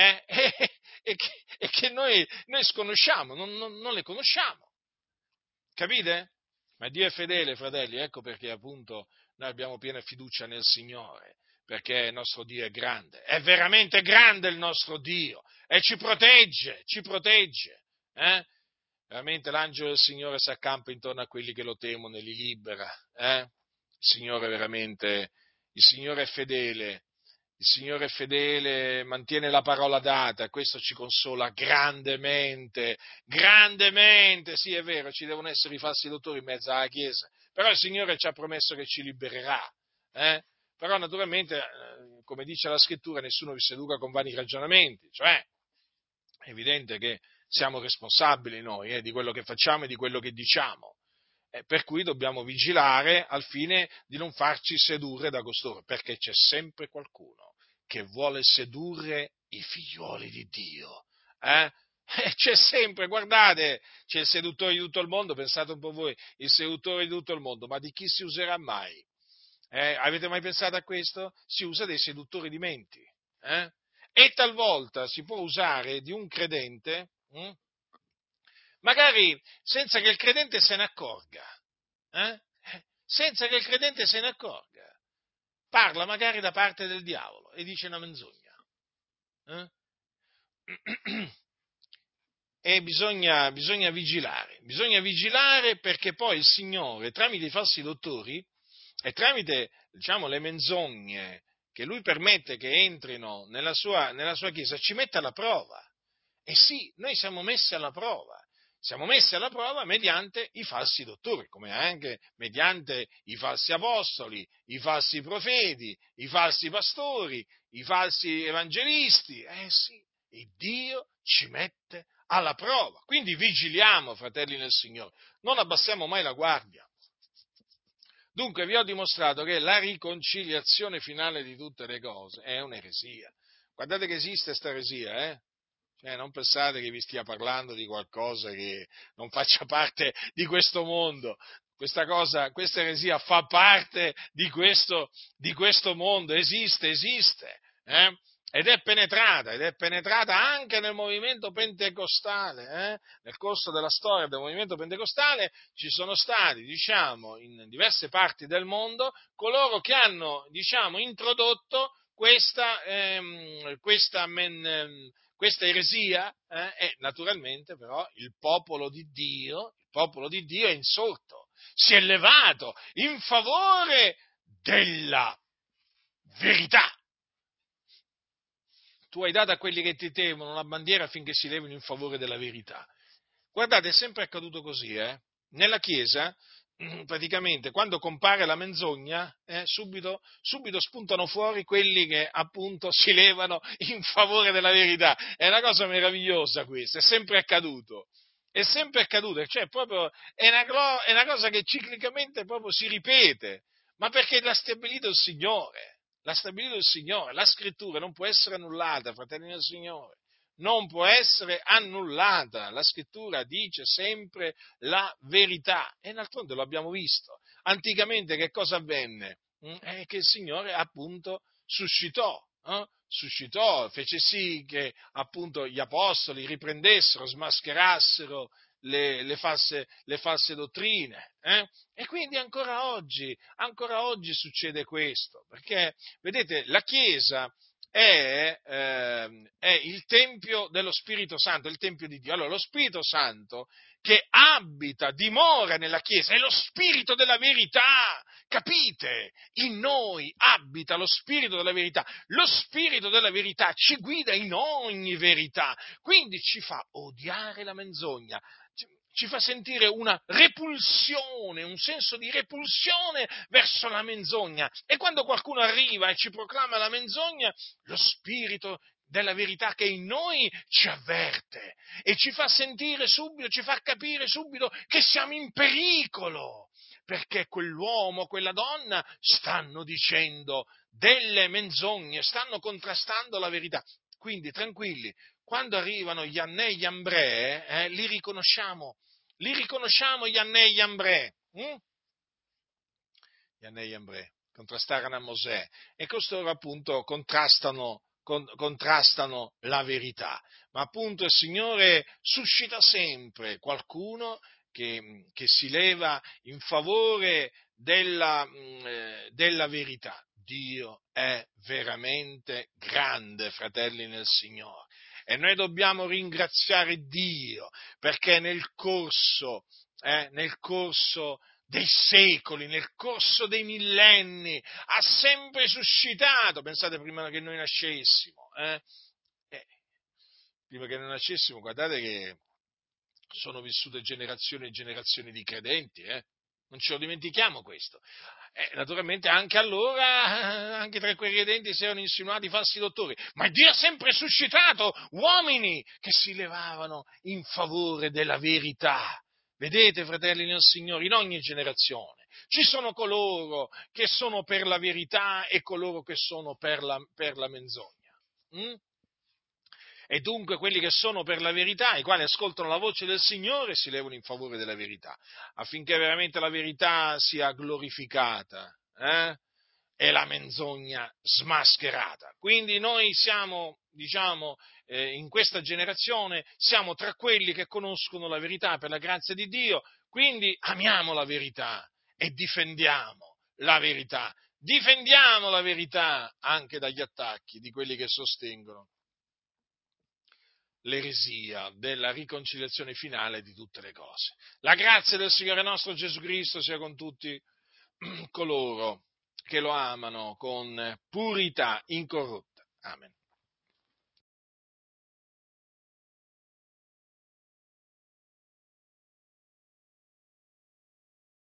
e che noi sconosciamo, non le conosciamo. Capite? Ma Dio è fedele, fratelli, ecco perché appunto noi abbiamo piena fiducia nel Signore, perché il nostro Dio è grande, è veramente grande il nostro Dio, e ci protegge, Veramente l'angelo del Signore si accampa intorno a quelli che lo temono e li libera, Il Signore è fedele, mantiene la parola data, e questo ci consola grandemente, sì è vero, ci devono essere i falsi dottori in mezzo alla Chiesa, però il Signore ci ha promesso che ci libererà, Però naturalmente, come dice la Scrittura, nessuno vi seduca con vani ragionamenti, cioè è evidente che siamo responsabili noi, di quello che facciamo e di quello che diciamo. Per cui dobbiamo vigilare al fine di non farci sedurre da costoro, perché c'è sempre qualcuno che vuole sedurre i figlioli di Dio. C'è sempre, guardate, c'è il seduttore di tutto il mondo, pensate un po' voi, il seduttore di tutto il mondo, ma di chi si userà mai? Avete mai pensato a questo? Si usa dei seduttori di menti. E talvolta si può usare di un credente, magari senza che il credente se ne accorga. eh? Senza che il credente se ne accorga. Parla magari da parte del diavolo e dice una menzogna. Eh? E bisogna vigilare perché poi il Signore, tramite i falsi dottori e tramite, diciamo, le menzogne che Lui permette che entrino nella sua Chiesa, ci mette alla prova. E sì, noi siamo messi alla prova mediante i falsi dottori, come anche mediante i falsi apostoli, i falsi profeti, i falsi pastori, i falsi evangelisti. Sì, e Dio ci mette alla prova. Quindi vigiliamo, fratelli nel Signore, non abbassiamo mai la guardia. Dunque vi ho dimostrato che la riconciliazione finale di tutte le cose è un'eresia. Guardate che esiste questa eresia, non pensate che vi stia parlando di qualcosa che non faccia parte di questo mondo. Questa eresia fa parte di questo mondo, esiste, ed è penetrata anche nel movimento pentecostale. Nel corso della storia del movimento pentecostale ci sono stati, in diverse parti del mondo, coloro che hanno, introdotto questa eresia, e naturalmente però il popolo di Dio è insorto, si è levato in favore della verità. Tu hai dato a quelli che ti temono la bandiera affinché si levino in favore della verità. Guardate, è sempre accaduto così, Nella Chiesa, praticamente, quando compare la menzogna, subito spuntano fuori quelli che appunto si levano in favore della verità. È una cosa meravigliosa questa, è sempre accaduto, cioè proprio è una cosa che ciclicamente proprio si ripete, ma perché l'ha stabilito il Signore. L'ha stabilito il Signore, la scrittura non può essere annullata, fratelli del Signore, non può essere annullata, la scrittura dice sempre la verità e d'altronde lo abbiamo visto. Anticamente che cosa avvenne? È che il Signore appunto suscitò, fece sì che appunto gli apostoli riprendessero, smascherassero le false dottrine, E quindi ancora oggi succede questo, perché vedete la Chiesa è il Tempio dello Spirito Santo, il Tempio di Dio. Allora lo Spirito Santo che abita, dimora nella Chiesa, è lo Spirito della verità, capite? In noi abita lo Spirito della verità, lo Spirito della verità ci guida in ogni verità, quindi ci fa odiare la menzogna, ci fa sentire una repulsione, un senso di repulsione verso la menzogna. E quando qualcuno arriva e ci proclama la menzogna, lo Spirito della verità che in noi ci avverte e ci fa sentire subito, ci fa capire subito che siamo in pericolo, perché quell'uomo, quella donna stanno dicendo delle menzogne, stanno contrastando la verità. Quindi tranquilli, quando arrivano gli Annè e gli Ambrè, li riconosciamo gli Annè e gli Ambrè. Gli Annè e gli Ambrè contrastarono a Mosè e costoro appunto contrastano la verità, ma appunto il Signore suscita sempre qualcuno che si leva in favore della verità. Dio è veramente grande, fratelli nel Signore, e noi dobbiamo ringraziare Dio perché nel corso dei secoli, nel corso dei millenni, ha sempre suscitato, pensate prima che noi nascessimo, prima che noi nascessimo, guardate che sono vissute generazioni e generazioni di credenti, non ce lo dimentichiamo questo. Naturalmente anche allora, anche tra quei credenti si erano insinuati falsi dottori, ma Dio ha sempre suscitato uomini che si levavano in favore della verità. Vedete, fratelli nel Signore, in ogni generazione Ci sono coloro che sono per la verità e coloro che sono per la menzogna. Mm? E dunque quelli che sono per la verità, i quali ascoltano la voce del Signore, si levano in favore della verità, affinché veramente la verità sia glorificata, e la menzogna smascherata. Quindi noi siamo, diciamo, in questa generazione, siamo tra quelli che conoscono la verità per la grazia di Dio, quindi amiamo la verità e difendiamo la verità. Difendiamo la verità anche dagli attacchi di quelli che sostengono l'eresia della riconciliazione finale di tutte le cose. La grazia del Signore nostro Gesù Cristo sia con tutti coloro che lo amano con purità incorrotta. Amen.